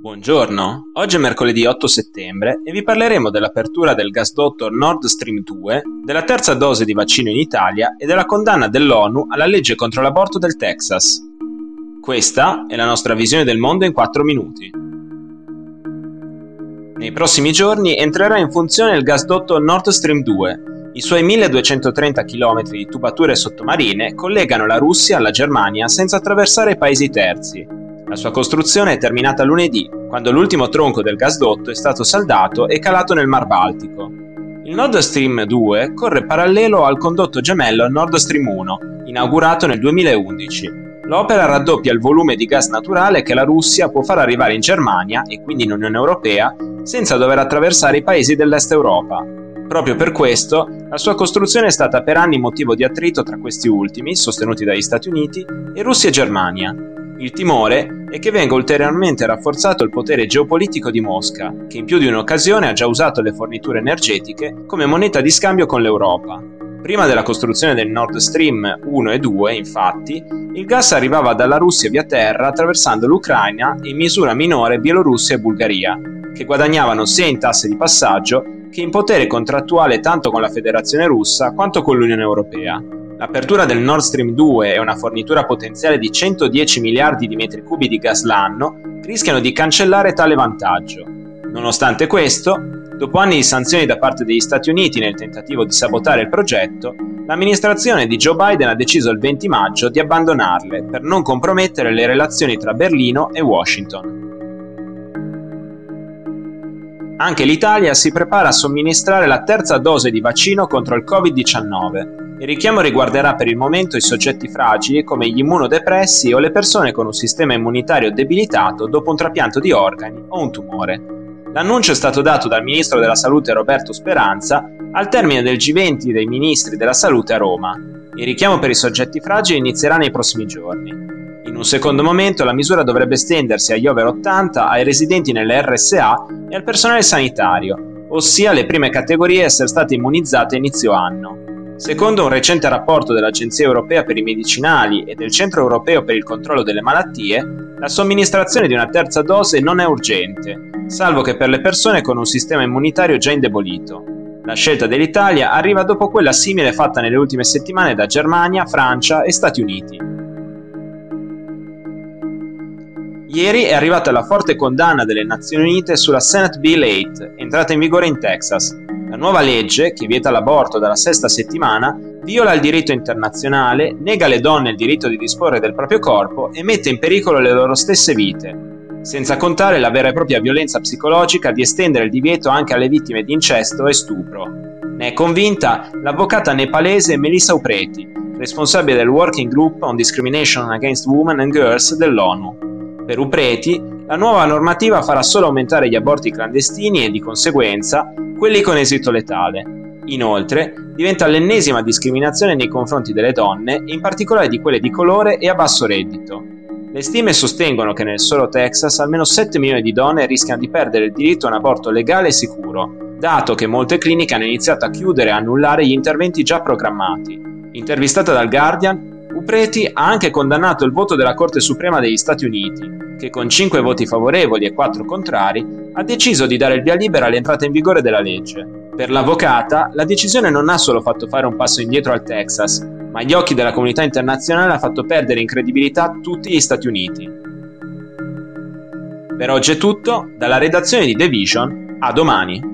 Buongiorno, oggi è mercoledì 8 settembre e vi parleremo dell'apertura del gasdotto Nord Stream 2, della terza dose di vaccino in Italia e della condanna dell'ONU alla legge contro l'aborto del Texas. Questa è la nostra visione del mondo in 4 minuti. Nei prossimi giorni entrerà in funzione il gasdotto Nord Stream 2. I suoi 1230 km di tubature sottomarine collegano la Russia alla Germania senza attraversare paesi terzi. La sua costruzione è terminata lunedì, quando l'ultimo tronco del gasdotto è stato saldato e calato nel Mar Baltico. Il Nord Stream 2 corre parallelo al condotto gemello Nord Stream 1, inaugurato nel 2011. L'opera raddoppia il volume di gas naturale che la Russia può far arrivare in Germania, e quindi in Unione Europea, senza dover attraversare i paesi dell'Est Europa. Proprio per questo, la sua costruzione è stata per anni motivo di attrito tra questi ultimi, sostenuti dagli Stati Uniti, e Russia e Germania. Il timore è che venga ulteriormente rafforzato il potere geopolitico di Mosca, che in più di un'occasione ha già usato le forniture energetiche come moneta di scambio con l'Europa. Prima della costruzione del Nord Stream 1 e 2, infatti, il gas arrivava dalla Russia via terra attraversando l'Ucraina e in misura minore Bielorussia e Bulgaria, che guadagnavano sia in tasse di passaggio che in potere contrattuale tanto con la Federazione Russa quanto con l'Unione Europea. L'apertura del Nord Stream 2 e una fornitura potenziale di 110 miliardi di metri cubi di gas l'anno rischiano di cancellare tale vantaggio. Nonostante questo, dopo anni di sanzioni da parte degli Stati Uniti nel tentativo di sabotare il progetto, l'amministrazione di Joe Biden ha deciso il 20 maggio di abbandonarle per non compromettere le relazioni tra Berlino e Washington. Anche l'Italia si prepara a somministrare la terza dose di vaccino contro il Covid-19. Il richiamo riguarderà per il momento i soggetti fragili come gli immunodepressi o le persone con un sistema immunitario debilitato dopo un trapianto di organi o un tumore. L'annuncio è stato dato dal ministro della Salute Roberto Speranza al termine del G20 dei ministri della Salute a Roma. Il richiamo per i soggetti fragili inizierà nei prossimi giorni. In un secondo momento la misura dovrebbe estendersi agli over 80, ai residenti nelle RSA e al personale sanitario, ossia le prime categorie a essere state immunizzate a inizio anno. Secondo un recente rapporto dell'Agenzia Europea per i Medicinali e del Centro Europeo per il Controllo delle Malattie, la somministrazione di una terza dose non è urgente, salvo che per le persone con un sistema immunitario già indebolito. La scelta dell'Italia arriva dopo quella simile fatta nelle ultime settimane da Germania, Francia e Stati Uniti. Ieri è arrivata la forte condanna delle Nazioni Unite sulla Senate Bill 8, entrata in vigore in Texas. La nuova legge, che vieta l'aborto dalla sesta settimana, viola il diritto internazionale, nega alle donne il diritto di disporre del proprio corpo e mette in pericolo le loro stesse vite, senza contare la vera e propria violenza psicologica di estendere il divieto anche alle vittime di incesto e stupro. Ne è convinta l'avvocata nepalese Melissa Upreti, responsabile del Working Group on Discrimination Against Women and Girls dell'ONU. Per Upreti, la nuova normativa farà solo aumentare gli aborti clandestini e, di conseguenza, quelli con esito letale. Inoltre, diventa l'ennesima discriminazione nei confronti delle donne, e in particolare di quelle di colore e a basso reddito. Le stime sostengono che nel solo Texas almeno 7 milioni di donne rischiano di perdere il diritto a un aborto legale e sicuro, dato che molte cliniche hanno iniziato a chiudere e annullare gli interventi già programmati. Intervistata dal Guardian, Upreti ha anche condannato il voto della Corte Suprema degli Stati Uniti, che con 5 voti favorevoli e 4 contrari ha deciso di dare il via libera all'entrata in vigore della legge. Per l'avvocata, la decisione non ha solo fatto fare un passo indietro al Texas, ma agli occhi della comunità internazionale ha fatto perdere in credibilità a tutti gli Stati Uniti. Per oggi è tutto, dalla redazione di The Vision, a domani.